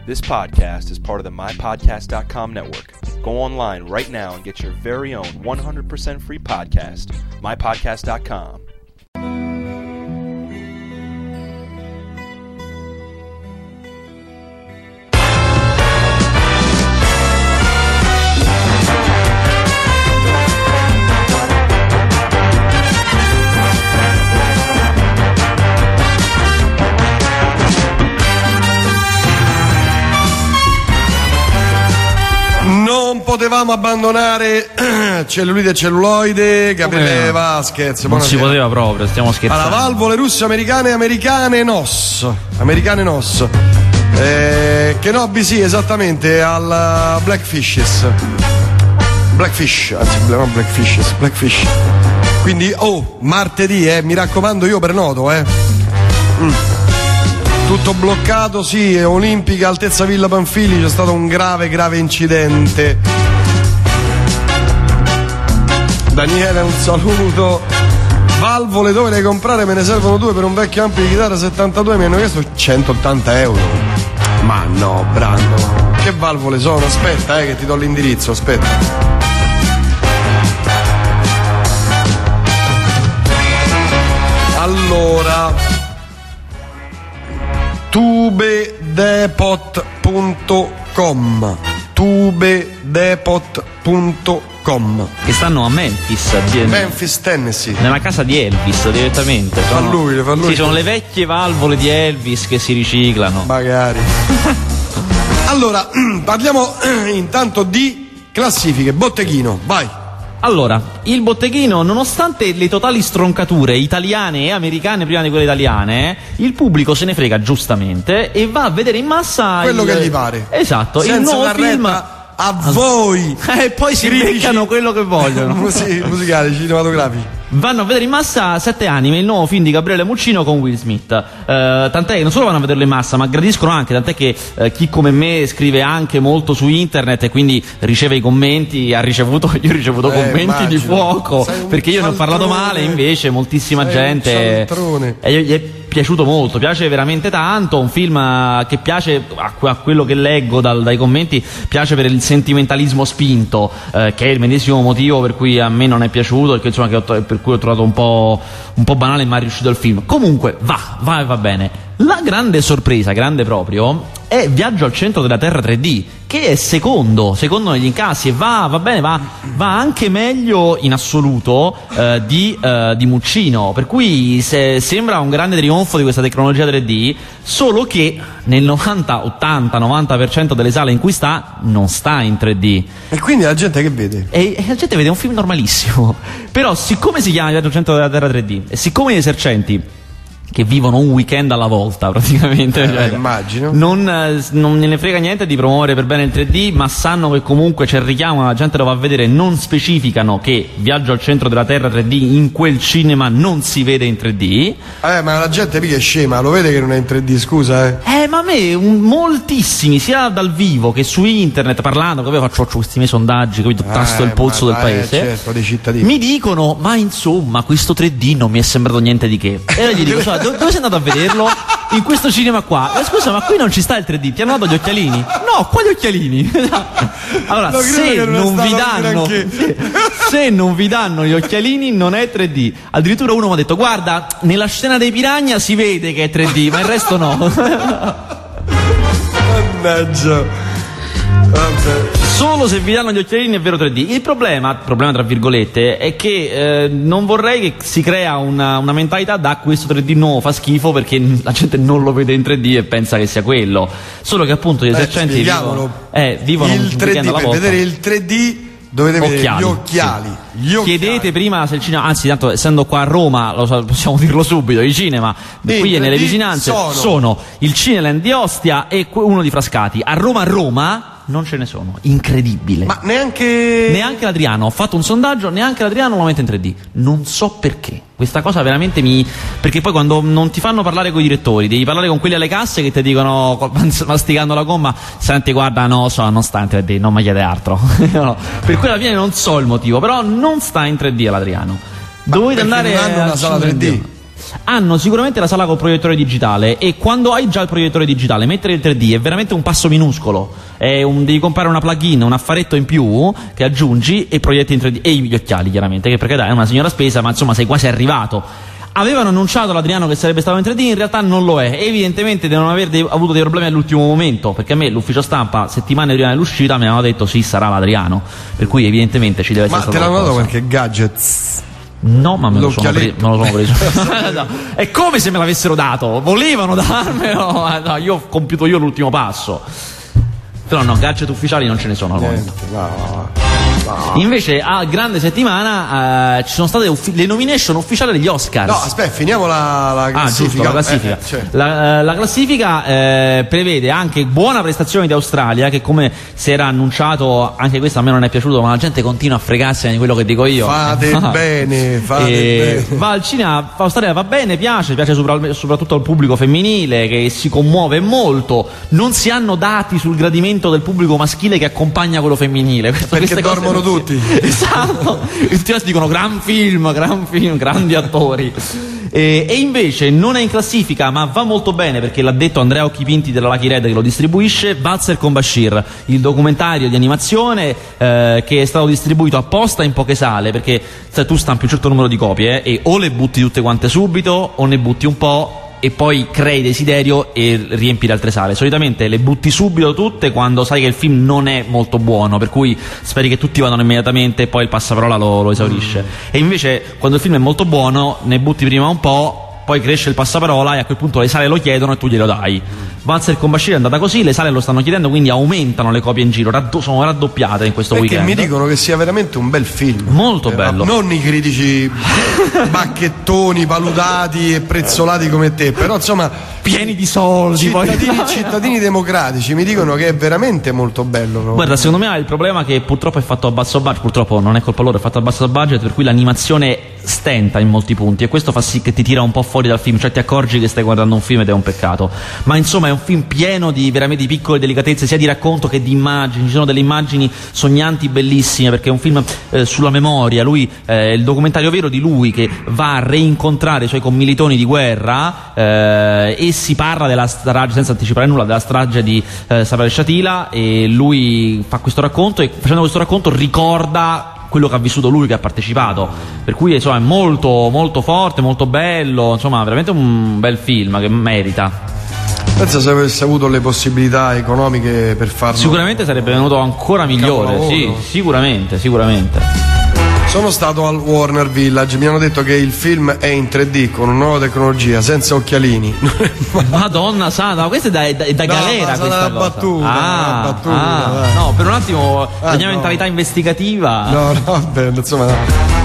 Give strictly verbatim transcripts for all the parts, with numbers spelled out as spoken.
This podcast is part of the my podcast dot com network. Go online right now and get your very own one hundred percent free podcast, my podcast dot com. Non potevamo abbandonare Cellulite e Celluloide, Gabriele Vasquez. Non si poteva proprio, stiamo scherzando. Alla valvole russe, americane, americane Nos. Americane Nos. Eh, Kenobi, sì, esattamente, al Blackfishes. Blackfish, anzi, no, Blackfishes, Blackfish. Quindi, oh, martedì, eh, mi raccomando, io prenoto, eh. Mm. Tutto bloccato, sì, Olimpica, altezza Villa Panfili, c'è stato un grave, grave incidente. Daniele, un saluto. Valvole, dove le comprare? Me ne servono due per un vecchio ampio di chitarra settantadue, mi hanno chiesto centottanta euro. Ma no, Brando. Che valvole sono? Aspetta, eh, che ti do l'indirizzo, aspetta. Allora, tubedepot punto com tubedepot punto com, che stanno a Memphis, Memphis, Tennessee, nella casa di Elvis direttamente. Fa sono, lui, fa lui. Sì, sono le vecchie valvole di Elvis che si riciclano. Magari. Allora, parliamo intanto di classifiche. Botteghino, vai. Allora, il botteghino, nonostante le totali stroncature italiane e americane prima di quelle italiane, il pubblico se ne frega giustamente e va a vedere in massa quello il... che gli pare. Esatto, senza il nuovo una film retta a voi. E poi si beccano quello che vogliono. Musi- musicali, cinematografici. Vanno a vedere in massa Sette anime, il nuovo film di Gabriele Muccino con Will Smith. Eh, tant'è che non solo vanno a vederlo in massa, ma gradiscono anche, tant'è che eh, chi come me scrive anche molto su internet e quindi riceve i commenti, ha ricevuto, io ho ricevuto eh, commenti immagino. di fuoco, perché io ne ho parlato male, invece moltissima Sei gente e gli è piaciuto molto, piace veramente tanto, un film che piace a, a quello che leggo dal, dai commenti, piace per il sentimentalismo spinto, eh, che è il medesimo motivo per cui a me non è piaciuto e che, insomma, che ho, per cui ho trovato un po', un po' banale ma è riuscito il film. Comunque va, va e va bene. La grande sorpresa, grande proprio, è Viaggio al centro della Terra tre D, che è secondo, secondo negli incassi, e va, va bene, va, va anche meglio in assoluto eh, di, eh, di Muccino, per cui se, sembra un grande trionfo di questa tecnologia tre D, solo che nel novanta, ottanta, novanta per cento delle sale in cui sta, non sta in tre D. E quindi la gente che vede? E, e la gente vede un film normalissimo, però siccome si chiama Viaggio al centro della Terra tre D, e siccome gli esercenti che vivono un weekend alla volta praticamente, eh, cioè, immagino non, eh, non ne frega niente di promuovere per bene il tre D, ma sanno che comunque c'è il richiamo, la gente lo va a vedere, non specificano che Viaggio al centro della Terra tre D in quel cinema non si vede in tre D. Eh, ma la gente mica è scema, lo vede che non è in tre D, scusa, eh. Eh, ma a me un, moltissimi, sia dal vivo che su internet, parlando, che io faccio, faccio questi miei sondaggi, capito, tasto eh, il polso del eh, paese, certo, dei cittadini. mi dicono, ma insomma, questo tre D non mi è sembrato niente di che. E io gli dico, dove, dove sei andato a vederlo? In questo cinema qua. Eh, scusa, ma qui non ci sta il tre D, ti hanno dato gli occhialini? No, quali occhialini? Allora, no, se non, non vi danno se non vi danno gli occhialini non è tre D. Addirittura uno mi ha detto, guarda, nella scena dei piranha si vede che è tre D, ma il resto no. Mannaggia. Vabbè. Solo se vi danno gli occhialini è vero tre D. Il problema, problema tra virgolette, è che eh, non vorrei che si crea una, una mentalità da questo tre D nuovo fa schifo, perché la gente non lo vede in tre D e pensa che sia quello. Solo che appunto gli esercenti vivono, eh, vivono il tre D, per volta. vedere il tre D dovete occhiali, vedere gli occhiali, sì. Gli occhiali. Chiedete prima se il cinema, anzi tanto essendo qua a Roma lo so, possiamo dirlo subito, i cinema sì, qui e nelle vicinanze sono. sono il Cineland di Ostia e uno di Frascati. A Roma a Roma non ce ne sono, incredibile. Ma neanche neanche l'Adriano, ho fatto un sondaggio, neanche l'Adriano lo mette in tre D. Non so perché. Questa cosa veramente mi... Perché poi quando non ti fanno parlare con i direttori, devi parlare con quelli alle casse che ti dicono, masticando la gomma, senti guarda no, so, non sta in tre D, non mi chiede altro. No, per cui alla fine non so il motivo, però non sta in tre D all'Adriano. Dovete andare non hanno una sala tre D. hanno sicuramente la sala col proiettore digitale, e quando hai già il proiettore digitale mettere il tre D è veramente un passo minuscolo, è un, devi comprare una plugin, un affaretto in più che aggiungi e proietti in tre D, e gli occhiali chiaramente, che perché dai, è una signora spesa, ma insomma sei quasi arrivato. Avevano annunciato l'Adriano che sarebbe stato in tre D, in realtà non lo è, evidentemente devono aver dei, avuto dei problemi all'ultimo momento, perché a me l'ufficio stampa settimane prima dell'uscita mi hanno detto sì, sarà l'Adriano, per cui evidentemente ci deve essere ma stato te l'hanno dato qualcosa. Qualche gadget? No, ma me lo, sono pre- me lo sono preso. No, è come se me l'avessero dato, volevano darmelo, no, io ho compiuto io l'ultimo passo. Però no, gadget ufficiali non ce ne sono al momento. No, no, no. Invece a grande settimana eh, ci sono state uffi- le nomination ufficiali degli Oscars. No, aspetta, finiamo la, la classifica. Ah, giusto, la classifica. Eh, cioè. la, la classifica eh, prevede anche buona prestazione di Australia, che come si era annunciato, anche questo a me non è piaciuto, ma la gente continua a fregarsi di quello che dico io. Fate bene, fate e bene. Va al cinema, Australia va bene, piace, piace sopra, soprattutto al pubblico femminile che si commuove molto. Non si hanno dati sul gradimento del pubblico maschile che accompagna quello femminile. Questo, perché dormono tutti. Esatto. Tutti dicono gran film, gran film, grandi attori. E, e invece non è in classifica, ma va molto bene perché l'ha detto Andrea Occhipinti della Lucky Red che lo distribuisce, Valzer con Bashir, il documentario di animazione eh, che è stato distribuito apposta in poche sale, perché sai, tu stampi un certo numero di copie eh, e o le butti tutte quante subito o ne butti un po' e poi crei desiderio e riempi le altre sale. Solitamente le butti subito tutte quando sai che il film non è molto buono, per cui speri che tutti vadano immediatamente e poi il passaparola lo, lo esaurisce. Mm. E invece quando il film è molto buono ne butti prima un po', poi cresce il passaparola e a quel punto le sale lo chiedono e tu glielo dai. Valzer con Bashir è andata così, le sale lo stanno chiedendo, quindi aumentano le copie in giro, raddo- sono raddoppiate in questo perché weekend. Mi dicono che sia veramente un bel film. Molto eh, bello. Non i critici bacchettoni, paludati e prezzolati come te, però insomma pieni di soldi. Cittadini, poi. cittadini democratici mi dicono che è veramente molto bello. No? Guarda, secondo me ha il problema che purtroppo è fatto a basso budget, purtroppo non è colpa loro, è fatto a basso budget, per cui l'animazione stenta in molti punti e questo fa sì che ti tira un po' fuori dal film, cioè ti accorgi che stai guardando un film ed è un peccato. Ma insomma è un film pieno di veramente di piccole delicatezze, sia di racconto che di immagini. Ci sono delle immagini sognanti bellissime perché è un film eh, sulla memoria. Lui eh, il documentario vero di lui che va a reincontrare i suoi commilitoni di guerra eh, e si parla della strage, senza anticipare nulla, della strage di eh, Sabra e Shatila, e lui fa questo racconto e facendo questo racconto ricorda quello che ha vissuto lui, che ha partecipato, per cui insomma è molto molto forte, molto bello, insomma veramente un bel film che merita. Pensa se avesse avuto le possibilità economiche per farlo, sicuramente sarebbe venuto ancora migliore. Sì, sicuramente, sicuramente. Sono stato al Warner Village, mi hanno detto che il film è in tre D con una nuova tecnologia, senza occhialini. Madonna santa, ma questa è da, è da, è da no, galera questa una cosa. Battuta, ah, una battuta, ah, no, per un attimo ah, la mia no. mentalità investigativa. No, no, vabbè, insomma no.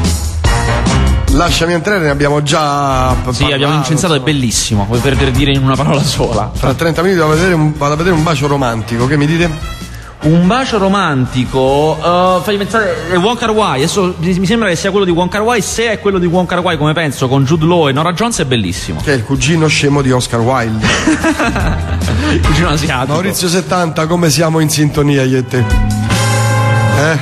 Lasciami entrare, ne abbiamo già Sì, parlato, abbiamo incensato, insomma. È bellissimo, per, per dire in una parola sola. Tra trenta minuti vado a vedere un, vado a vedere un bacio romantico, che mi dite? Un bacio romantico, uh, fai pensare, è Wong Kar-wai, adesso mi sembra che sia quello di Wong Kar-wai, se è quello di Wong Kar-wai come penso, con Jude Law e Norah Jones, è bellissimo. Che è il cugino scemo di Oscar Wilde. Il cugino asiatico. Maurizio settanta, come siamo in sintonia io e te? Eh?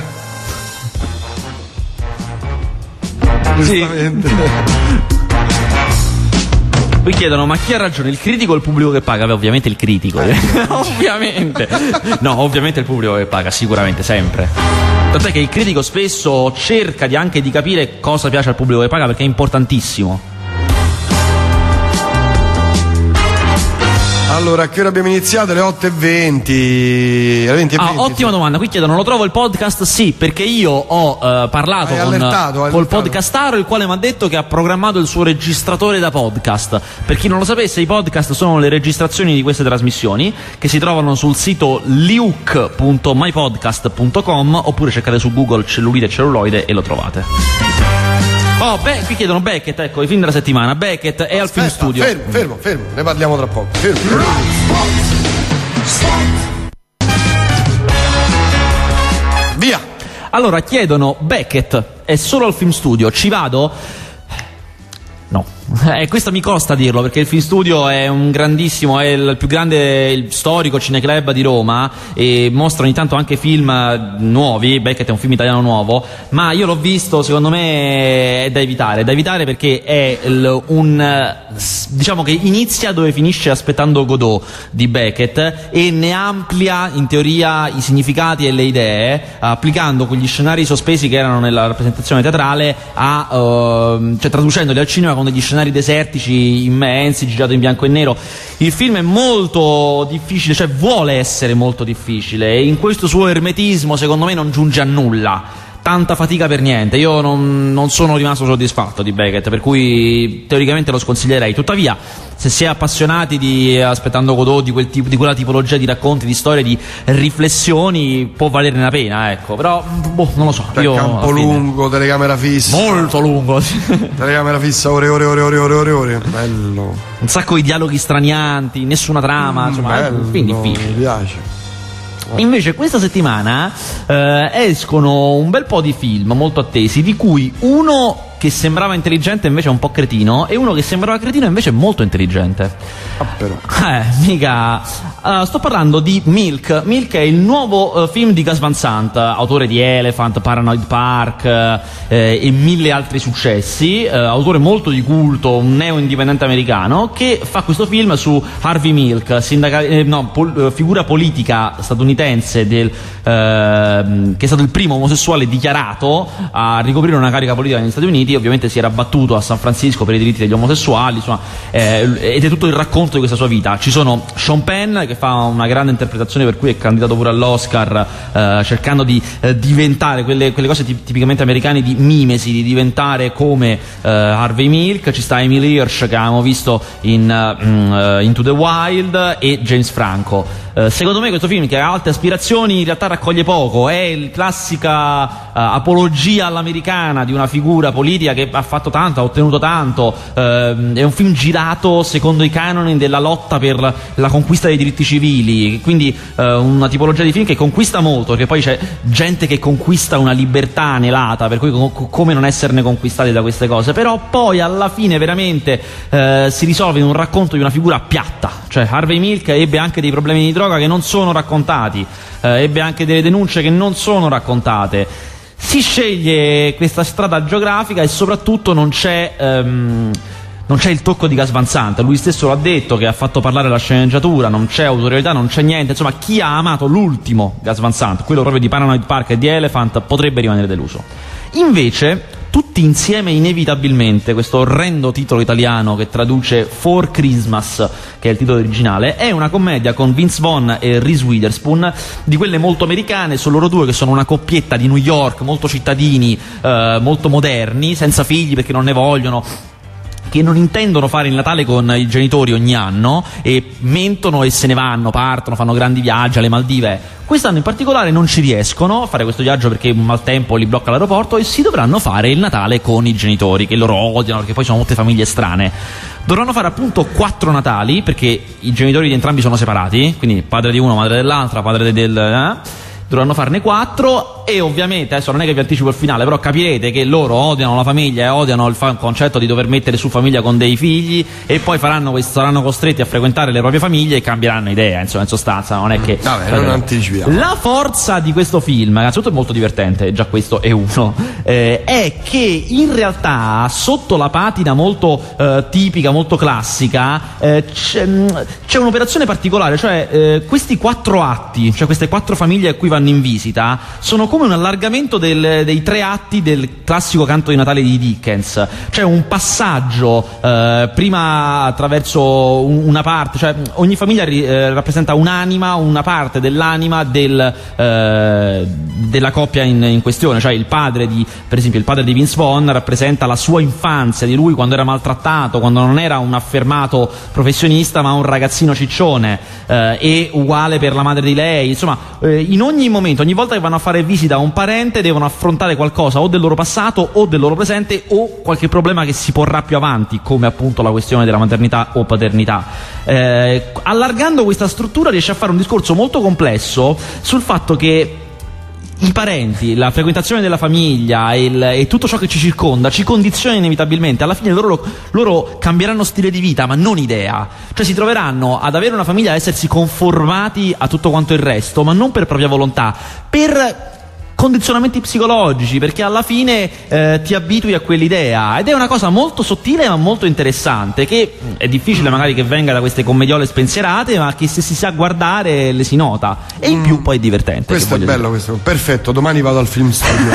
Giustamente. Poi chiedono, ma chi ha ragione, il critico o il pubblico che paga? Beh, ovviamente il critico, eh. Ovviamente. No, ovviamente il pubblico che paga, sicuramente, sempre. Tant'è che il critico spesso cerca di anche di capire cosa piace al pubblico che paga, perché è importantissimo. Allora, a che ora abbiamo iniziato? Le otto e venti. Le venti e Ah, venti, ottima sì. domanda. Qui chiedono, lo trovo il podcast? Sì, perché io ho uh, parlato Hai con allertato, hai col allertato. podcastaro, il quale mi ha detto che ha programmato il suo registratore da podcast. Per chi non lo sapesse, i podcast sono le registrazioni di queste trasmissioni che si trovano sul sito liuk punto my podcast punto com, oppure cercate su Google cellulite e celluloide e lo trovate. Oh, beh, qui chiedono Beckett, ecco, i film della settimana. Beckett è al Film Aspetta, Studio. Fermo, fermo, fermo, ne parliamo tra poco. Fermo. Via! Allora, chiedono Beckett è solo al Film Studio, ci vado? No. Eh, questo mi costa dirlo perché il Film Studio è un grandissimo, è il più grande il storico cineclub di Roma e mostra ogni tanto anche film nuovi. Beckett è un film italiano nuovo, ma io l'ho visto, secondo me è da evitare, è da evitare perché è il, un diciamo che inizia dove finisce Aspettando Godot di Beckett e ne amplia in teoria i significati e le idee, applicando quegli scenari sospesi che erano nella rappresentazione teatrale a uh, cioè traducendoli al cinema con degli scenari desertici immensi, girato in bianco e nero. Il film è molto difficile, cioè vuole essere molto difficile e in questo suo ermetismo secondo me non giunge a nulla. Tanta fatica per niente. Io non, non sono rimasto soddisfatto di Beckett, per cui teoricamente lo sconsiglierei. Tuttavia, se si è appassionati di Aspettando Godot, di, quel tipo, di quella tipologia di racconti, di storie, di riflessioni, può valerne la pena, ecco. Però, boh, non lo so. Per io, campo lungo, telecamera fissa. Molto lungo. Telecamera fissa, ore, ore, ore, ore, ore, ore, ore. Bello. Un sacco di dialoghi stranianti, nessuna trama, mm, insomma, bello, è un film difficile. Mi piace. Invece questa settimana eh, escono un bel po' di film molto attesi, di cui uno che sembrava intelligente invece è un po' cretino e uno che sembrava cretino invece è molto intelligente. Ah, però. Eh, mica. Uh, sto parlando di Milk. Milk è il nuovo uh, film di Gus Van Sant, autore di Elephant, Paranoid Park uh, eh, e mille altri successi, uh, autore molto di culto, un neo-indipendente americano che fa questo film su Harvey Milk, sindaca- eh, no, pol- uh, figura politica statunitense del, uh, che è stato il primo omosessuale dichiarato a ricoprire una carica politica negli Stati Uniti. Ovviamente si era battuto a San Francisco per i diritti degli omosessuali, insomma, eh, ed è tutto il racconto di questa sua vita. Ci sono Sean Penn che fa una grande interpretazione, per cui è candidato pure all'Oscar, eh, cercando di eh, diventare quelle, quelle cose tip- tipicamente americane di mimesi, di diventare come eh, Harvey Milk. Ci sta Emily Hirsch che abbiamo visto in uh, Into the Wild e James Franco. Uh, secondo me questo film, che ha alte aspirazioni, in realtà raccoglie poco. È il classica uh, apologia all'americana di una figura politica che ha fatto tanto, ha ottenuto tanto. Uh, è un film girato secondo i canoni della lotta per la conquista dei diritti civili, quindi uh, una tipologia di film che conquista molto, perché poi c'è gente che conquista una libertà anelata, per cui co- come non esserne conquistati da queste cose. Però poi alla fine veramente uh, si risolve in un racconto di una figura piatta. Cioè Harvey Milk ebbe anche dei problemi di droga che non sono raccontati, eh, ebbe anche delle denunce che non sono raccontate. Si sceglie questa strada geografica e soprattutto non c'è ehm, non c'è il tocco di Gus Van Sant. Lui stesso l'ha detto, che ha fatto parlare la sceneggiatura, non c'è autorialità, non c'è niente. Insomma, chi ha amato l'ultimo Gus Van Sant, quello proprio di Paranoid Park e di Elephant, potrebbe rimanere deluso. Invece tutti insieme inevitabilmente, questo orrendo titolo italiano che traduce For Christmas, che è il titolo originale, è una commedia con Vince Vaughn e Reese Witherspoon, di quelle molto americane. Sono loro due che sono una coppietta di New York, molto cittadini, eh, molto moderni, senza figli perché non ne vogliono, che non intendono fare il Natale con i genitori ogni anno e mentono e se ne vanno, partono, fanno grandi viaggi alle Maldive. Quest'anno in particolare non ci riescono a fare questo viaggio perché un maltempo li blocca l'aeroporto e si dovranno fare il Natale con i genitori, che loro odiano perché poi sono molte famiglie strane. Dovranno fare appunto quattro Natali perché i genitori di entrambi sono separati, quindi padre di uno, madre dell'altra, padre del... Eh? Dovranno farne quattro e ovviamente, adesso non è che vi anticipo il finale, però capirete che loro odiano la famiglia e odiano il fa- concetto di dover mettere su famiglia con dei figli, e poi faranno questo, saranno costretti a frequentare le proprie famiglie e cambieranno idea, insomma, in sostanza non è che... Vabbè, non anticipiamo. La forza di questo film, innanzitutto è molto divertente, già questo è uno, eh, è che in realtà sotto la patina molto eh, tipica, molto classica, eh, c'è, c'è un'operazione particolare, cioè eh, questi quattro atti, cioè queste quattro famiglie a cui vanno in visita, sono come un allargamento del, dei tre atti del classico Canto di Natale di Dickens. C'è un passaggio eh, prima attraverso un, una parte, cioè ogni famiglia eh, rappresenta un'anima, una parte dell'anima del, eh, della coppia in, in questione. Cioè il padre di, per esempio il padre di Vince Vaughn rappresenta la sua infanzia, di lui quando era maltrattato, quando non era un affermato professionista ma un ragazzino ciccione, eh, e uguale per la madre di lei. Insomma, eh, in ogni momento, ogni volta che vanno a fare visita a un parente, devono affrontare qualcosa o del loro passato o del loro presente o qualche problema che si porrà più avanti, come appunto la questione della maternità o paternità. Eh, allargando questa struttura riesce a fare un discorso molto complesso sul fatto che i parenti, la frequentazione della famiglia e, il, e tutto ciò che ci circonda ci condiziona inevitabilmente. Alla fine loro, loro cambieranno stile di vita, ma non idea. Cioè si troveranno ad avere una famiglia, ad essersi conformati a tutto quanto il resto, ma non per propria volontà, per condizionamenti psicologici, perché alla fine eh, ti abitui a quell'idea, ed è una cosa molto sottile ma molto interessante, che è difficile magari che venga da queste commediole spensierate, ma che se si sa guardare le si nota, e in mm. più poi è divertente. Questo è bello, dire. Questo perfetto, domani vado al film studio.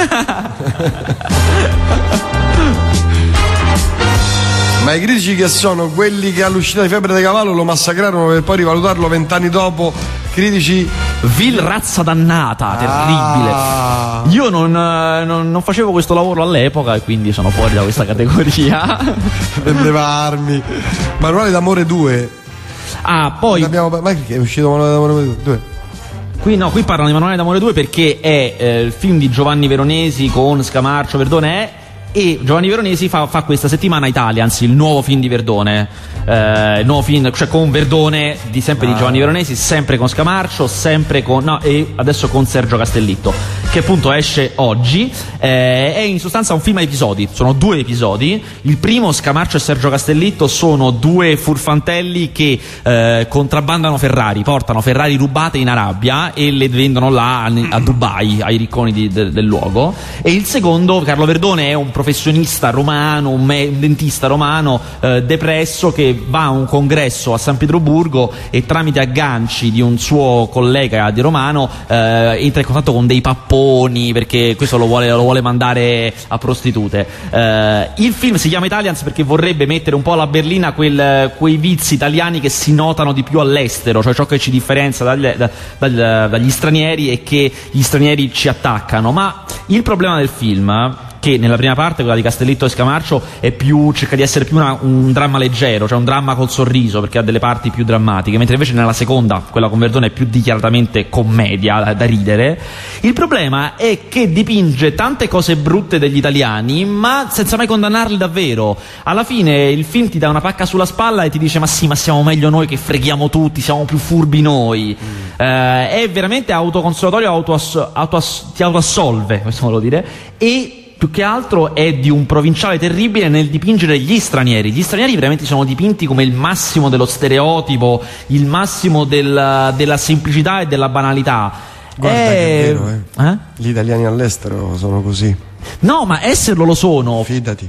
Ma i critici, che sono quelli che all'uscita di Febbre di Cavallo lo massacrarono per poi rivalutarlo vent'anni dopo, critici vil razza dannata, terribile. Ah. Io non, non, non facevo questo lavoro all'epoca e quindi sono fuori da questa categoria. Vendeva armi. Manuale d'amore due. Ah, poi abbiamo, ma che è uscito Manuale d'amore due? Qui no, qui parlano di Manuale d'amore due perché è eh, il film di Giovanni Veronesi con Scamarcio, Verdone, è, e Giovanni Veronesi fa, fa questa settimana Italians, il nuovo film di Verdone, eh, il nuovo film, cioè con Verdone, di, sempre ah. di Giovanni Veronesi, sempre con Scamarcio, sempre con, no, e adesso con Sergio Castellitto, che appunto esce oggi. Eh, è in sostanza un film a episodi, sono due episodi. Il primo, Scamarcio e Sergio Castellitto sono due furfantelli che eh, contrabbandano Ferrari, portano Ferrari rubate in Arabia e le vendono là a, a Dubai, ai ricconi di, de, del luogo. E il secondo, Carlo Verdone, è un professionista romano, un, me, un dentista romano eh, depresso, che va a un congresso a San Pietroburgo e tramite agganci di un suo collega di Romano eh, entra in contatto con dei papponi, perché questo lo vuole, lo vuole mandare a prostitute. Eh, il film si chiama Italians perché vorrebbe mettere un po' alla berlina quel, quei vizi italiani che si notano di più all'estero, cioè ciò che ci differenzia dagli, da, dagli, dagli stranieri e che gli stranieri ci attaccano. Ma il problema del film, che nella prima parte, quella di Castellitto e Scamarcio, è più, cerca di essere più una, un dramma leggero, cioè un dramma col sorriso, perché ha delle parti più drammatiche, mentre invece nella seconda, quella con Verdone, è più dichiaratamente commedia, da, da ridere. Il problema è che dipinge tante cose brutte degli italiani, ma senza mai condannarli davvero. Alla fine il film ti dà una pacca sulla spalla e ti dice: ma sì, ma siamo meglio noi che freghiamo tutti, siamo più furbi noi. Mm. Eh, è veramente autoconsolatorio, autoass- autoass- ti autoassolve, possiamo dire, e più che altro è di un provinciale terribile nel dipingere gli stranieri. Gli stranieri veramente sono dipinti come il massimo dello stereotipo, il massimo del, della semplicità e della banalità. Guarda è... che è vero, eh. Eh? Gli italiani all'estero sono così. No, ma esserlo lo sono. Fidati.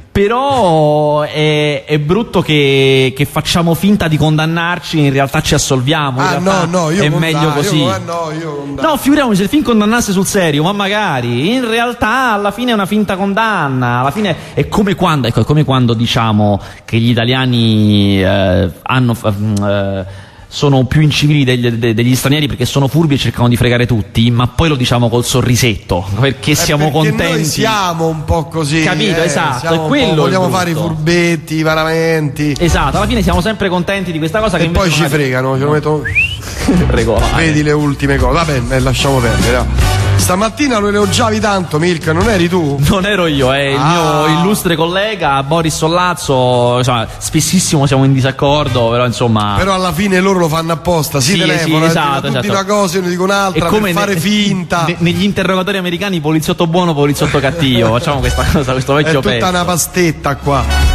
Però è, è brutto che, che facciamo finta di condannarci e in realtà ci assolviamo. In ah no, no, io è condanno, meglio così. Io, eh, no, io condanno. No, figuriamoci se il film condannasse sul serio, ma magari in realtà alla fine è una finta condanna. Alla fine è come quando, ecco, è come quando diciamo che gli italiani eh, hanno eh, sono più incivili degli, de, degli stranieri perché sono furbi e cercano di fregare tutti, ma poi lo diciamo col sorrisetto perché siamo perché contenti. Noi siamo un po' così, capito? Eh, esatto, è quello. Vogliamo fare i furbetti, i paramenti. Esatto, alla fine siamo sempre contenti di questa cosa. E che poi ci è... fregano, ce lo mettono. Regolare. Vedi le ultime cose. Va bene, lasciamo perdere. No. Stamattina lo elogiavi tanto, Milk, non eri tu? Non ero io, è il ah. mio illustre collega Boris Sollazzo. Insomma, spessissimo siamo in disaccordo, però insomma. Però alla fine loro lo fanno apposta, si sì, telefonano, sì, esatto, tutti esatto. una cosa, io ne dico un'altra, come per fare ne, finta. Ne, negli interrogatori americani, poliziotto buono, poliziotto cattivo. Facciamo questa cosa, questo vecchio pezzo. È tutta pezzo. una pastetta qua.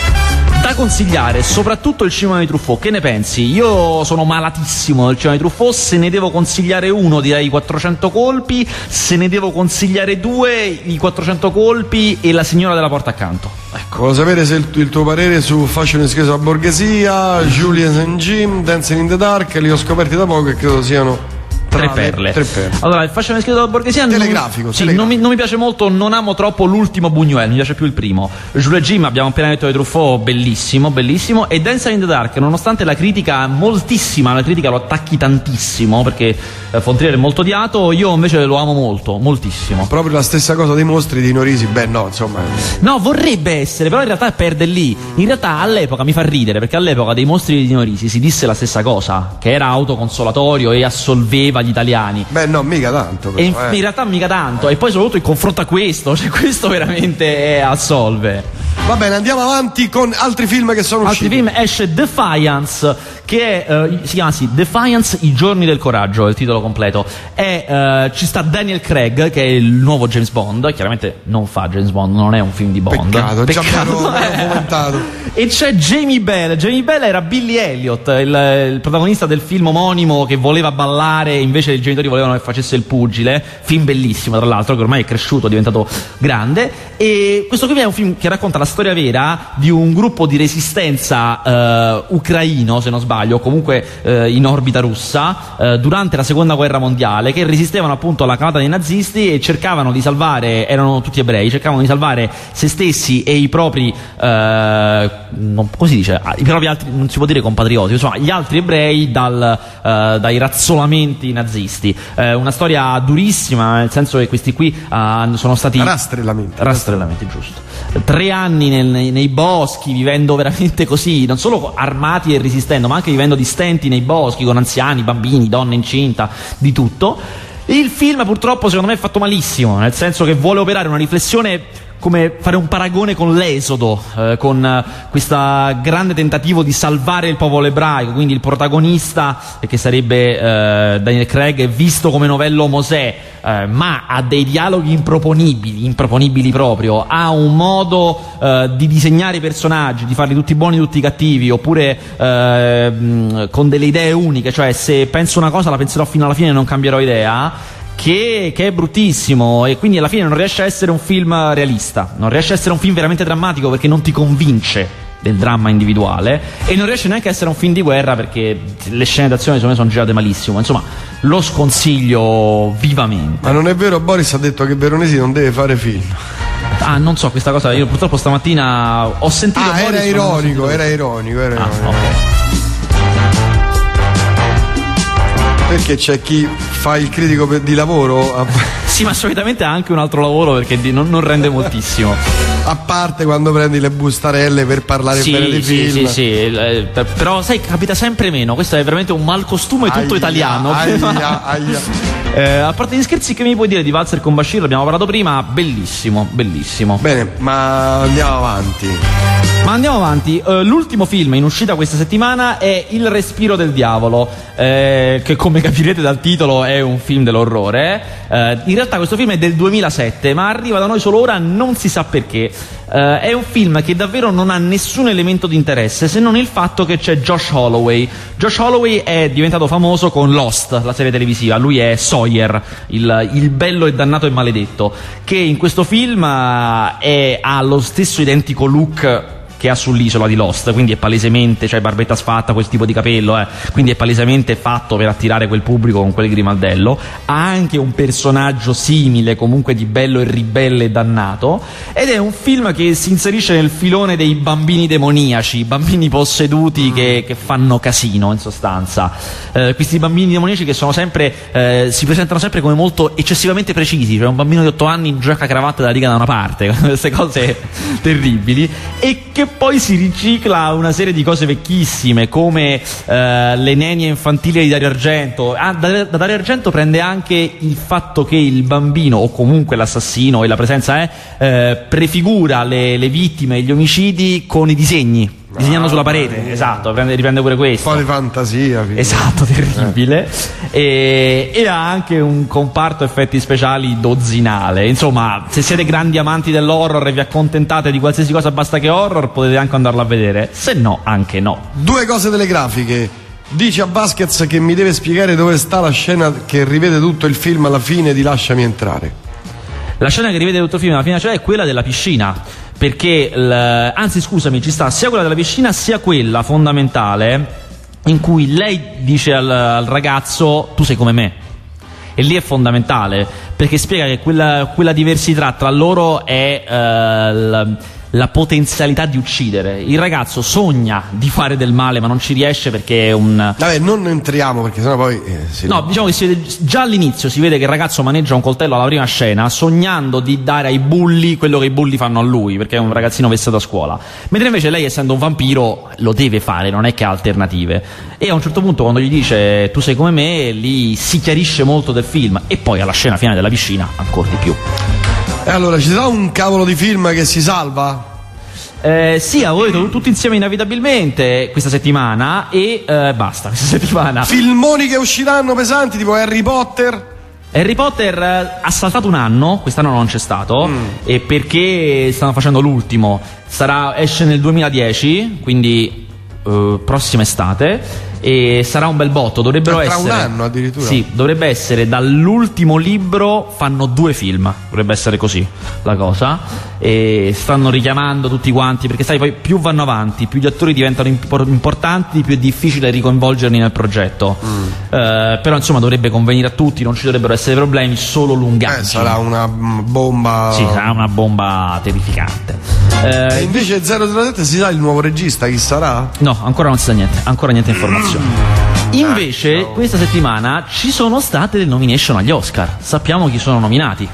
Da consigliare soprattutto il cinema di Truffaut. Che ne pensi? Io sono malatissimo del cinema di Truffaut. Se ne devo consigliare uno, direi quattrocento colpi. Se ne devo consigliare due, i quattrocento colpi e La signora della porta accanto. Ecco. Volevo sapere se il, il tuo parere su Fashion Escaso alla borghesia, Julian and Jim, Dancing in the Dark. Li ho scoperti da poco e credo siano Tre perle. Tre perle. Allora, il fashion meschino della borghesia telegrafico, non, sì, telegrafico. Non, mi, non mi piace molto, non amo troppo l'ultimo Buñuel, mi piace più il primo. Jules Jim, abbiamo appena detto di Truffaut, bellissimo, bellissimo. E Dancing in the Dark, nonostante la critica moltissima, la critica lo attacchi tantissimo perché eh, Fontrier è molto odiato, io invece lo amo molto, moltissimo. Proprio la stessa cosa dei mostri di Norisi, beh no, insomma. No, vorrebbe essere, però in realtà perde lì. In realtà all'epoca mi fa ridere perché all'epoca dei mostri di Norisi si disse la stessa cosa, che era autoconsolatorio e assolveva gli italiani. Beh no, mica tanto però, E in, eh. in realtà mica tanto. E poi soprattutto in confronto a questo, cioè questo veramente è assolve. Va bene, andiamo avanti con altri film che sono altri usciti. film. Esce Defiance, che è, uh, si chiama sì, Defiance, i giorni del coraggio, è il titolo completo. È, uh, ci sta Daniel Craig, che è il nuovo James Bond, chiaramente non fa James Bond, non è un film di Bond. Peccato, Peccato già me l'ho commentato. E c'è Jamie Bell. Jamie Bell era Billy Elliot, il, il protagonista del film omonimo che voleva ballare, invece i genitori volevano che facesse il pugile. Film bellissimo, tra l'altro, che ormai è cresciuto, è diventato grande. E questo qui è un film che racconta la storia vera di un gruppo di resistenza eh, ucraino, se non sbaglio, o comunque eh, in orbita russa, eh, durante la seconda guerra mondiale, che resistevano appunto alla cavata dei nazisti e cercavano di salvare, erano tutti ebrei, cercavano di salvare se stessi e i propri eh, non, come si dice, i propri altri, non si può dire compatrioti, insomma gli altri ebrei dal, eh, dai razzolamenti nazisti. Eh, una storia durissima, nel senso che questi qui eh, sono stati rastrellamenti, rastrellamenti giusto, tre anni nel, nei, nei boschi, vivendo veramente così, non solo armati e resistendo, ma anche vivendo di stenti nei boschi con anziani, bambini, donne incinta, di tutto. Il film purtroppo secondo me è fatto malissimo, nel senso che vuole operare una riflessione, come fare un paragone con l'Esodo, eh, con eh, questo grande tentativo di salvare il popolo ebraico. Quindi il protagonista, eh, che sarebbe eh, Daniel Craig, è visto come novello Mosè, eh, ma ha dei dialoghi improponibili, improponibili proprio, ha un modo eh, di disegnare i personaggi, di farli tutti buoni, tutti cattivi, oppure eh, mh, con delle idee uniche, cioè se penso una cosa la penserò fino alla fine e non cambierò idea. Che, che è bruttissimo, e quindi alla fine non riesce a essere un film realista, non riesce a essere un film veramente drammatico perché non ti convince del dramma individuale, e non riesce neanche a essere un film di guerra perché le scene d'azione secondo me sono girate malissimo. Insomma, lo sconsiglio vivamente. Ma non è vero, Boris ha detto che Veronesi non deve fare film? Ah, non so questa cosa, io purtroppo stamattina ho sentito ah, Boris, era ironico, era ironico, era ah, ironico. Okay. Perché c'è chi fa il critico per, di lavoro? Sì, ma solitamente ha anche un altro lavoro perché non, non rende moltissimo. A parte quando prendi le bustarelle per parlare sì, bene di sì, film. Sì, sì, eh, però sai, capita sempre meno. Questo è veramente un malcostume tutto aia, italiano. Aia, aia. Eh, a parte gli scherzi, che mi puoi dire di Valzer con Bashir? Abbiamo parlato prima, bellissimo, bellissimo. Bene, ma andiamo avanti. Ma andiamo avanti. Uh, l'ultimo film in uscita questa settimana è Il respiro del diavolo, eh, che come capirete dal titolo è un film dell'orrore. Uh, in realtà questo film è del duemilasette, ma arriva da noi solo ora, non si sa perché. Uh, è un film che davvero non ha nessun elemento di interesse, se non il fatto che c'è Josh Holloway. Josh Holloway è diventato famoso con Lost, la serie televisiva. Lui è Sawyer, il, il bello e dannato e maledetto, che in questo film uh, è, ha lo stesso identico look che ha sull'isola di Lost, quindi è palesemente, cioè barbetta sfatta, quel tipo di capello, eh, quindi è palesemente fatto per attirare quel pubblico con quel grimaldello. Ha anche un personaggio simile, comunque di bello e ribelle e dannato, ed è un film che si inserisce nel filone dei bambini demoniaci, bambini posseduti che, che fanno casino in sostanza. Eh, questi bambini demoniaci che sono sempre, eh, si presentano sempre come molto eccessivamente precisi, cioè un bambino di otto anni in giacca cravatta da riga da una parte, queste cose terribili, e che poi si ricicla una serie di cose vecchissime come eh, le nenie infantili di Dario Argento. Ah, da, da Dario Argento prende anche il fatto che il bambino, o comunque l'assassino, e la presenza è, eh, prefigura le, le vittime e gli omicidi con i disegni, disegnando ah, sulla parete. Esatto, riprende, riprende pure questo. Un po' di fantasia. Figlio. Esatto, terribile. Eh. E, e ha anche un comparto effetti speciali dozzinale. Insomma, se siete grandi amanti dell'horror e vi accontentate di qualsiasi cosa basta che horror, potete anche andarlo a vedere. Se no, anche no. Due cose telegrafiche. Dice a Vasquez che mi deve spiegare dove sta la scena che rivede tutto il film alla fine di Lasciami entrare. La scena che rivede tutto il film alla fine, cioè, è quella della piscina. Perché, l... anzi scusami, ci sta sia quella della piscina sia quella fondamentale in cui lei dice al, al ragazzo: tu sei come me. E lì è fondamentale, perché spiega che quella, quella diversità tra loro è uh, la, la potenzialità di uccidere. Il ragazzo sogna di fare del male ma non ci riesce perché è un... Vabbè, non entriamo perché sennò poi... Eh, si no, diciamo che si vede, già all'inizio si vede che il ragazzo maneggia un coltello alla prima scena, sognando di dare ai bulli quello che i bulli fanno a lui, perché è un ragazzino vessato a scuola. Mentre invece lei, essendo un vampiro, lo deve fare, non è che ha alternative. E a un certo punto, quando gli dice tu sei come me, lì si chiarisce molto del film. E poi alla scena finale della piscina ancora di più. E allora, ci sarà un cavolo di film che si salva? Eh, sì, avevo detto tutti insieme inevitabilmente questa settimana e eh, basta, questa settimana. Filmoni che usciranno pesanti, tipo Harry Potter. Harry Potter eh, ha saltato un anno, quest'anno non c'è stato, mm. e perché stanno facendo l'ultimo. Sarà, esce nel duemiladieci, quindi eh, prossima estate. E sarà un bel botto, dovrebbero cioè, tra essere un anno addirittura. Sì, dovrebbe essere dall'ultimo libro fanno due film, dovrebbe essere così la cosa. E stanno richiamando tutti quanti, perché sai, poi più vanno avanti, più gli attori diventano impor- importanti, più è difficile ricoinvolgerli nel progetto. Mm. Eh, però insomma dovrebbe convenire a tutti, non ci dovrebbero essere problemi, solo lungaggini. Eh, sarà una bomba. Sì, sarà una bomba terrificante. Eh, e invece zero zero sette si sa il nuovo regista chi sarà? No, ancora non si sa niente, ancora niente informazioni. Invece questa settimana ci sono state le nomination agli Oscar, sappiamo chi sono nominati.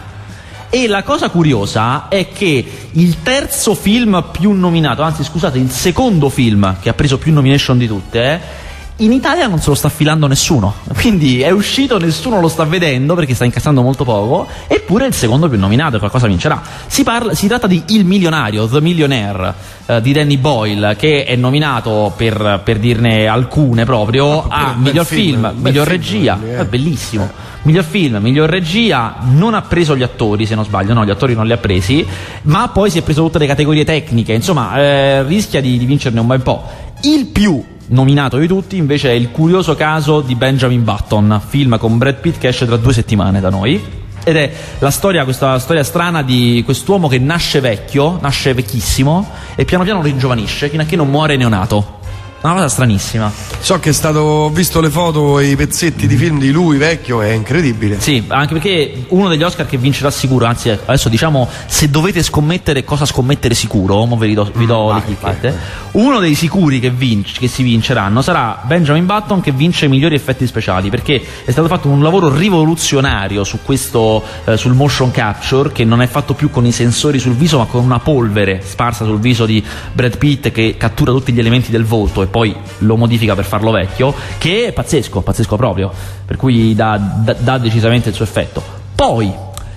E la cosa curiosa è che il terzo film più nominato, anzi scusate, il secondo film che ha preso più nomination di tutte, eh, in Italia non se lo sta filando nessuno, quindi è uscito, nessuno lo sta vedendo perché sta incassando molto poco, eppure è il secondo più nominato e qualcosa vincerà. Si, parla, si tratta di Il Milionario, The Millionaire, eh, di Danny Boyle, che è nominato, per, per dirne alcune proprio, ah, a miglior film, film miglior film, regia, film, è bellissimo, miglior film, miglior regia. Non ha preso gli attori, se non sbaglio, no, gli attori non li ha presi, ma poi si è preso tutte le categorie tecniche, insomma eh, rischia di, di vincerne un bel po'. Il più nominato di tutti invece è Il curioso caso di Benjamin Button, film con Brad Pitt che esce tra due settimane da noi, ed è la storia, questa storia strana di quest'uomo che nasce vecchio, nasce vecchissimo e piano piano ringiovanisce fino a che non muore neonato. Una cosa stranissima. So che è stato, ho visto le foto e i pezzetti di film di lui vecchio, è incredibile. Sì, anche perché uno degli Oscar che vincerà sicuro, anzi adesso diciamo, se dovete scommettere cosa scommettere sicuro, mo vi do, vi do mm, le chicchette. Uno dei sicuri che, vinc- che si vinceranno sarà Benjamin Button, che vince i migliori effetti speciali, perché è stato fatto un lavoro rivoluzionario su questo, eh, sul motion capture, che non è fatto più con i sensori sul viso ma con una polvere sparsa sul viso di Brad Pitt che cattura tutti gli elementi del volto e poi lo modifica per farlo vecchio, che è pazzesco, pazzesco proprio, per cui dà, dà, dà decisamente il suo effetto. Poi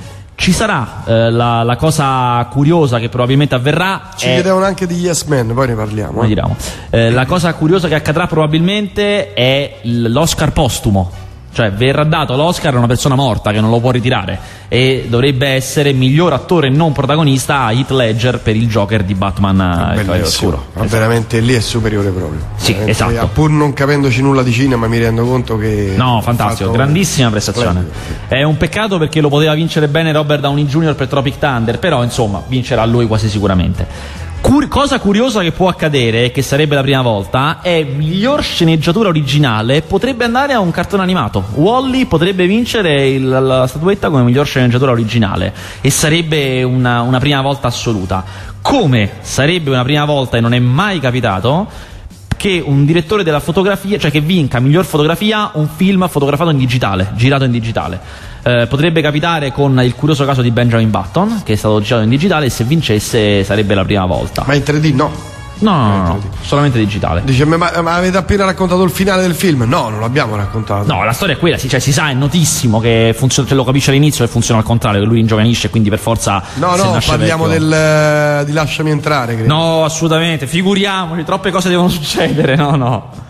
ci sarà eh, la, la cosa curiosa che probabilmente avverrà. Ci è... chiedevano anche di Yes Man, poi ne parliamo. Eh. Eh, la cosa curiosa che accadrà probabilmente è l'Oscar postumo. Cioè verrà dato l'Oscar a una persona morta che non lo può ritirare, e dovrebbe essere miglior attore non protagonista a Heath Ledger per il Joker di Batman il Cavaliere Oscuro. Ma esatto. Veramente lì è superiore proprio. Sì, veramente, esatto. Pur non capendoci nulla di cinema mi rendo conto che... No, fantastico, fatto... grandissima prestazione. È un peccato perché lo poteva vincere bene Robert Downey junior per Tropic Thunder, però insomma vincerà lui quasi sicuramente. Cur- cosa curiosa che può accadere, che sarebbe la prima volta, è miglior sceneggiatura originale, potrebbe andare a un cartone animato. Wall-E potrebbe vincere il, la statuetta come miglior sceneggiatura originale, e sarebbe una, una prima volta assoluta. Come sarebbe una prima volta, e non è mai capitato, che un direttore della fotografia, cioè che vinca miglior fotografia un film fotografato in digitale, girato in digitale. Eh, potrebbe capitare con Il curioso caso di Benjamin Button, che è stato girato in digitale, e se vincesse sarebbe la prima volta. Ma in tre D no? No, no, no, no, solamente digitale. Dice, ma, ma avete appena raccontato il finale del film? No, non l'abbiamo raccontato. No, la storia è quella, sì, cioè si sa, è notissimo che funziona, cioè, lo capisce all'inizio, e funziona al contrario, che lui ringiovanisce, quindi per forza. No, no, parliamo del, uh, di Lasciami entrare, credo. No, assolutamente, figuriamoci, troppe cose devono succedere, no, no.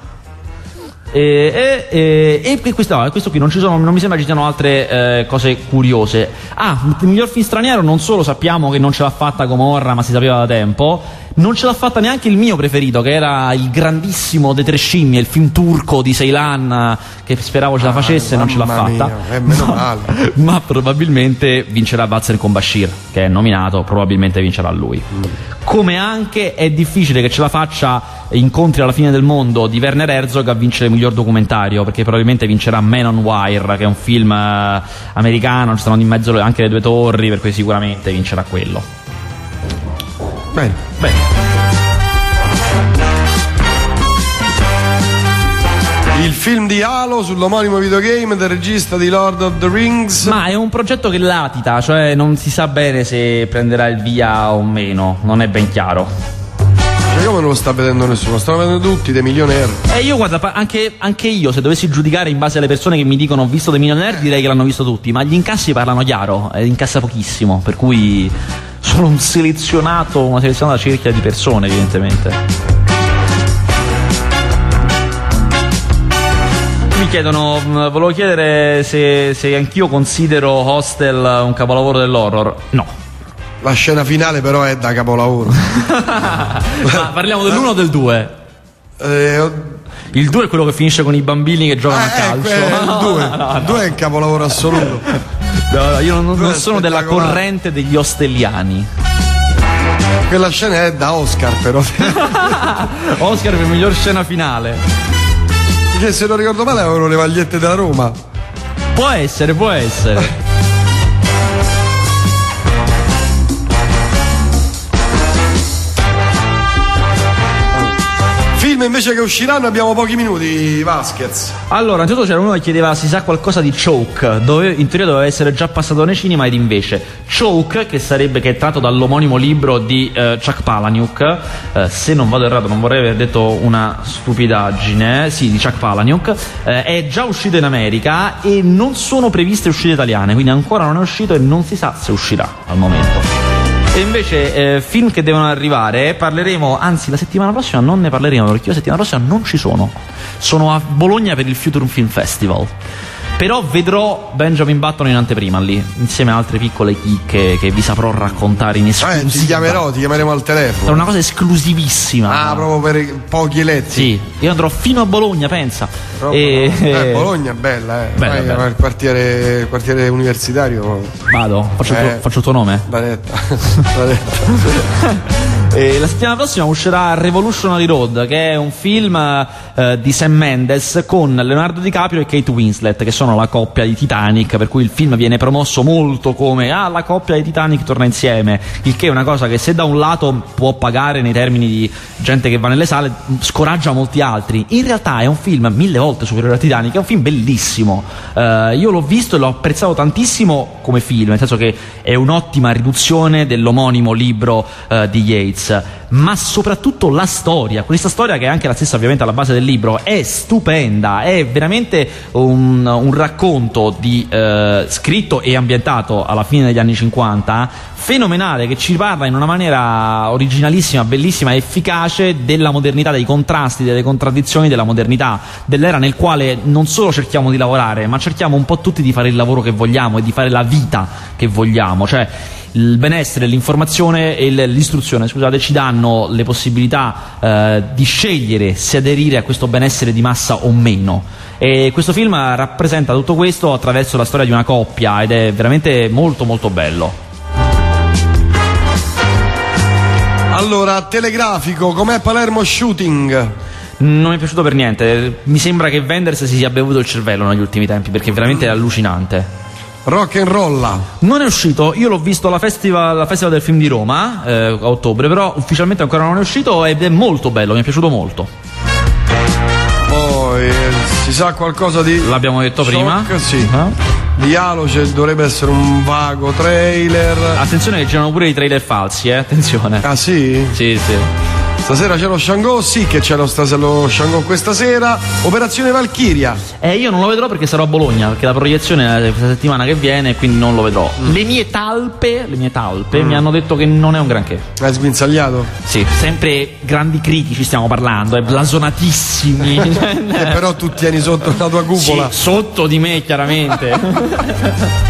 E, e, e, e questo, no, questo qui non ci sono, non mi sembra ci siano altre eh, cose curiose. Ah, il miglior film straniero non solo sappiamo che non ce l'ha fatta Gomorra, ma si sapeva da tempo. Non ce l'ha fatta neanche il mio preferito, che era il grandissimo De Tre Scimmie, il film turco di Ceylan, che speravo ce la facesse, ah, non ce l'ha fatta. Mia, eh, meno ma, male. Ma probabilmente vincerà Valzer con Bashir, che è nominato, probabilmente vincerà lui. Mm. Come anche è difficile che ce la faccia Incontri alla fine del mondo di Werner Herzog a vincere il miglior documentario, perché probabilmente vincerà Man on Wire, che è un film eh, americano, ci stanno in mezzo anche le due torri, per cui sicuramente vincerà quello. Bene. Bene. Il film di Halo sull'omonimo videogame del regista di Lord of the Rings. Ma è un progetto che latita, cioè non si sa bene se prenderà il via o meno, non è ben chiaro. Cioè, come non lo sta vedendo nessuno? Stanno vedendo tutti dei Millionaire. E io guarda, anche, anche io, se dovessi giudicare in base alle persone che mi dicono ho visto dei Millionaire, direi che l'hanno visto tutti, ma gli incassi parlano chiaro, eh, incassa pochissimo, per cui sono un selezionato, una selezionata cerchia di persone, evidentemente. Mi chiedono, volevo chiedere se, se anch'io considero Hostel un capolavoro dell'horror. No. La scena finale però è da capolavoro. Ma parliamo dell'uno o del due? Eh, il due è quello che finisce con i bambini che giocano eh, a calcio. Eh, il due no, no, il due no. è il capolavoro assoluto. No, io non, non sono della corrente degli ostelliani. Quella scena è da Oscar però. Oscar per miglior scena finale. Che se non ricordo male avevano le magliette della Roma. Può essere, può essere. Film invece che usciranno abbiamo pochi minuti, Vasquez. Allora, innanzitutto c'era uno che chiedeva si sa qualcosa di Choke, dove in teoria doveva essere già passato nei cinema, ed invece Choke, che sarebbe che è tratto dall'omonimo libro di uh, Chuck Palahniuk, uh, se non vado errato, non vorrei aver detto una stupidaggine, sì, di Chuck Palahniuk, uh, è già uscito in America e non sono previste uscite italiane, quindi ancora non è uscito e non si sa se uscirà al momento. E invece eh, film che devono arrivare, parleremo, anzi la settimana prossima non ne parleremo perché io la settimana prossima non ci sono, sono a Bologna per il Future Film Festival, però vedrò Benjamin Button in anteprima lì, insieme a altre piccole chicche che vi saprò raccontare in esclusiva. Eh, ti chiamerò, ti chiameremo al telefono. È una cosa esclusivissima. Ah, proprio per pochi eletti. Sì, io andrò fino a Bologna, pensa. E... Eh, Bologna è bella, eh. Bella, Vai, bella. Il quartiere, il quartiere universitario. Vado, faccio, eh, il tuo, faccio il tuo nome. Vanetta. Vanetta. E la settimana prossima uscirà Revolutionary Road, che è un film eh, di Sam Mendes con Leonardo DiCaprio e Kate Winslet, che sono la coppia di Titanic, per cui il film viene promosso molto come ah, la coppia di Titanic torna insieme, il che è una cosa che se da un lato può pagare nei termini di gente che va nelle sale, scoraggia molti altri. In realtà è un film mille volte superiore a Titanic, è un film bellissimo. Uh, io l'ho visto e l'ho apprezzato tantissimo come film, nel senso che è un'ottima riduzione dell'omonimo libro uh, di Yates, ma soprattutto la storia, questa storia che è anche la stessa ovviamente alla base del libro, è stupenda, è veramente un, un racconto di, uh, scritto e ambientato alla fine degli anni cinquanta, fenomenale, che ci parla in una maniera originalissima, bellissima, efficace della modernità, dei contrasti, delle contraddizioni della modernità, dell'era nel quale non solo cerchiamo di lavorare, ma cerchiamo un po' tutti di fare il lavoro che vogliamo e di fare la vita che vogliamo, cioè il benessere, l'informazione e l'istruzione, scusate, ci danno le possibilità eh, di scegliere se aderire a questo benessere di massa o meno. E questo film rappresenta tutto questo attraverso la storia di una coppia ed è veramente molto molto bello. Allora, telegrafico, com'è Palermo Shooting? Non mi è piaciuto per niente, mi sembra che Wenders si sia bevuto il cervello negli ultimi tempi perché veramente è allucinante. Rock and rolla. Non è uscito, io l'ho visto alla festival, alla festival del film di Roma eh, a ottobre, però ufficialmente ancora non è uscito ed è molto bello, mi è piaciuto molto. Poi eh, si sa qualcosa di L'abbiamo detto Shock, prima. Sì. Uh-huh. Di Halo c'è, dovrebbe essere un vago trailer. Attenzione che c'erano pure i trailer falsi, eh, attenzione. Ah sì? Sì, sì. Stasera c'è lo Shango, sì che c'è lo, stas- lo Shango questa sera. Operazione Valchiria. Eh, io non lo vedrò perché sarò a Bologna, perché la proiezione è questa settimana che viene, quindi non lo vedrò. Mm. Le mie talpe, le mie talpe mm. mi hanno detto che non è un granché. Hai sguinzagliato? Sì, sempre grandi critici stiamo parlando, eh, blasonatissimi. E però tu tieni sotto la tua cupola. Sì, sotto di me chiaramente.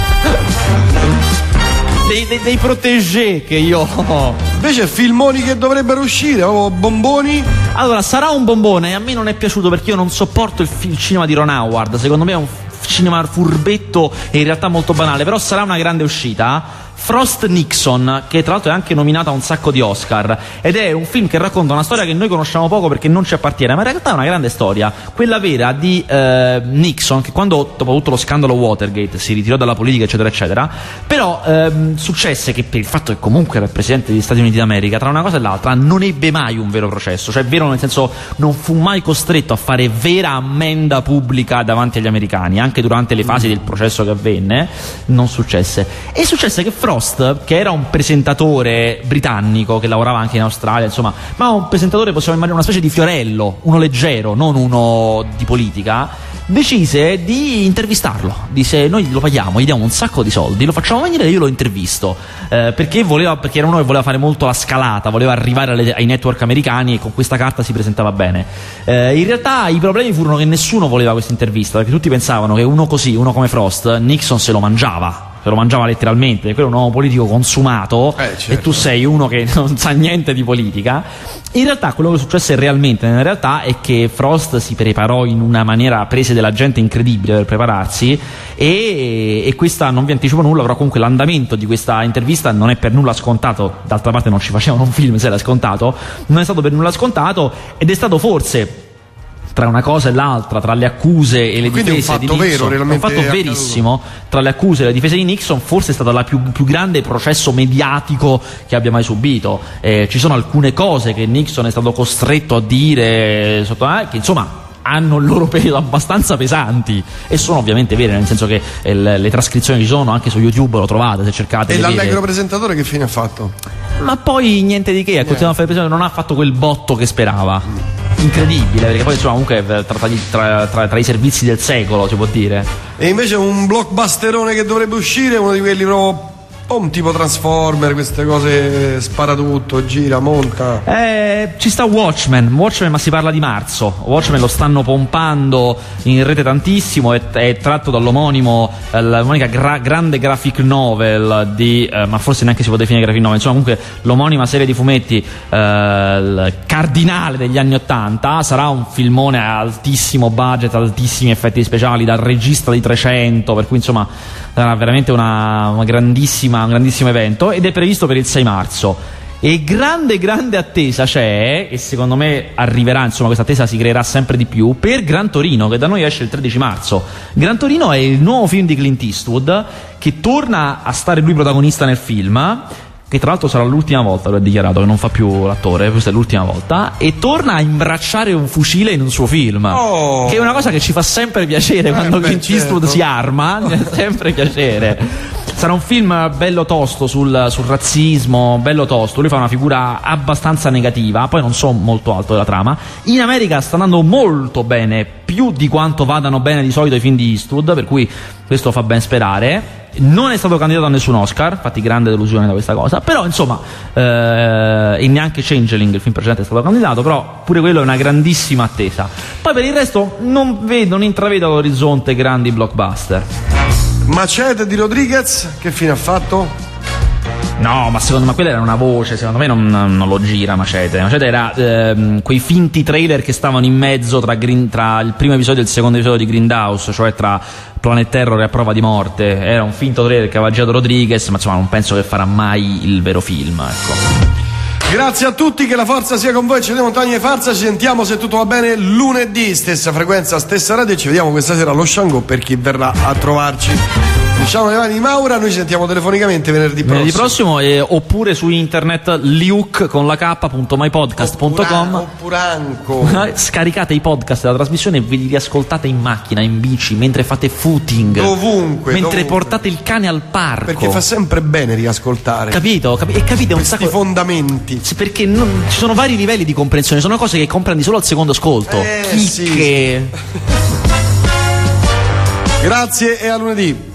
Dei, dei, dei protégé che io ho. Invece filmoni che dovrebbero uscire, o bomboni. Allora, sarà un bombone, a me non è piaciuto perché io non sopporto il, il cinema di Ron Howard, secondo me è un f- cinema furbetto e in realtà molto banale, però sarà una grande uscita. Frost Nixon, che tra l'altro è anche nominata a un sacco di Oscar, ed è un film che racconta una storia che noi conosciamo poco perché non ci appartiene, ma in realtà è una grande storia, quella vera di eh, Nixon, che quando dopo tutto lo scandalo Watergate si ritirò dalla politica eccetera eccetera, però ehm, successe che per il fatto che comunque era il presidente degli Stati Uniti d'America, tra una cosa e l'altra non ebbe mai un vero processo, cioè vero nel senso non fu mai costretto a fare vera ammenda pubblica davanti agli americani, anche durante le fasi del processo che avvenne non successe, e successe che Frost Frost, che era un presentatore britannico che lavorava anche in Australia, insomma, ma un presentatore, possiamo immaginare una specie di Fiorello, uno leggero, non uno di politica, decise di intervistarlo. Disse: noi lo paghiamo, gli diamo un sacco di soldi, lo facciamo venire e io lo intervisto, eh, perché voleva, perché era uno che voleva fare molto la scalata, voleva arrivare alle, ai network americani, e con questa carta si presentava bene. Eh, in realtà i problemi furono che nessuno voleva questa intervista, perché tutti pensavano che uno così, uno come Frost, Nixon se lo mangiava, se lo mangiava letteralmente, quello è un uomo politico consumato, eh, certo. E tu sei uno che non sa niente di politica. In realtà quello che successe realmente nella realtà è che Frost si preparò in una maniera, prese della gente incredibile per prepararsi, e, e questa, non vi anticipo nulla, però comunque l'andamento di questa intervista non è per nulla scontato, d'altra parte non ci facevano un film se era scontato, non è stato per nulla scontato, ed è stato forse, tra una cosa e l'altra, tra le accuse e le Quindi difese di Nixon, vero, un fatto verissimo, tra le accuse e le difese di Nixon, forse è stato il più, più grande processo mediatico che abbia mai subito. Eh, ci sono alcune cose che Nixon è stato costretto a dire sotto, eh, che insomma hanno il loro peso abbastanza pesanti, e sono ovviamente vere, nel senso che eh, le, le trascrizioni ci sono, anche su YouTube lo trovate se cercate. E l'allegro presentatore che fine ha fatto? Ma poi niente di che, ha continuato a fare presente, non ha fatto quel botto che sperava. Incredibile, perché poi insomma comunque tra, tra, tra, tra i servizi del secolo, si può dire. E invece un blockbusterone che dovrebbe uscire, uno di quelli proprio un tipo Transformer, queste cose, spara tutto, gira, monta. Eh, ci sta Watchmen, Watchmen, ma si parla di marzo. Watchmen lo stanno pompando in rete tantissimo, è, è tratto dall'omonimo, eh, l'unica gra- grande graphic novel di, eh, ma forse neanche si può definire graphic novel, insomma comunque l'omonima serie di fumetti eh, cardinale degli anni ottanta. Sarà un filmone a altissimo budget, altissimi effetti speciali, dal regista di trecento, per cui insomma sarà veramente una, una grandissima, un grandissimo evento, ed è previsto per il sei marzo. E grande grande attesa c'è, e secondo me arriverà, insomma questa attesa si creerà sempre di più, per Gran Torino, che da noi esce il tredici marzo. Gran Torino è il nuovo film di Clint Eastwood, che torna a stare lui protagonista nel film, che tra l'altro sarà l'ultima volta, lo ha dichiarato, che non fa più l'attore, questa è l'ultima volta, e torna a imbracciare un fucile in un suo film, oh. che è una cosa che ci fa sempre piacere, eh, quando beh, Clint Eastwood certo. si arma, mi fa sempre piacere. Sarà un film bello tosto sul, sul razzismo, bello tosto, lui fa una figura abbastanza negativa, poi non so molto alto della trama. In America sta andando molto bene, più di quanto vadano bene di solito i film di Eastwood, per cui questo fa ben sperare. Non è stato candidato a nessun Oscar, infatti grande delusione da questa cosa, però insomma eh, e neanche Changeling, il film precedente, è stato candidato, però pure quello è una grandissima attesa. Poi per il resto non vedo, non intravedo all'orizzonte grandi blockbuster. Machete di Rodriguez che fine ha fatto? No, ma secondo me quella era una voce, secondo me non, non lo gira Machete. Machete era ehm, quei finti trailer che stavano in mezzo tra, Green, tra il primo episodio e il secondo episodio di Grindhouse, cioè tra Planet Terror e A Prova di Morte. Era un finto trailer che aveva girato Rodriguez, ma insomma non penso che farà mai il vero film, ecco. Grazie a tutti, che la forza sia con voi, ci vediamo Montagne Farsa, ci sentiamo se tutto va bene lunedì, stessa frequenza, stessa radio, e ci vediamo questa sera allo Shango per chi verrà a trovarci. Diciamo le mani di Maura, noi ci sentiamo telefonicamente venerdì prossimo. Venerdì prossimo eh, oppure su internet liuk con la k punto my podcast punto com. Oppuranco. Scaricate i podcast della trasmissione e ve li riascoltate in macchina, in bici, mentre fate footing, dovunque, mentre dovunque. portate il cane al parco. Perché fa sempre bene riascoltare. Capito? Capi- e capite un sacco sacco fondamenti. Perché non, ci sono vari livelli di comprensione, sono cose che comprendi solo al secondo ascolto. Eh, Chicche. sì. Grazie e a lunedì.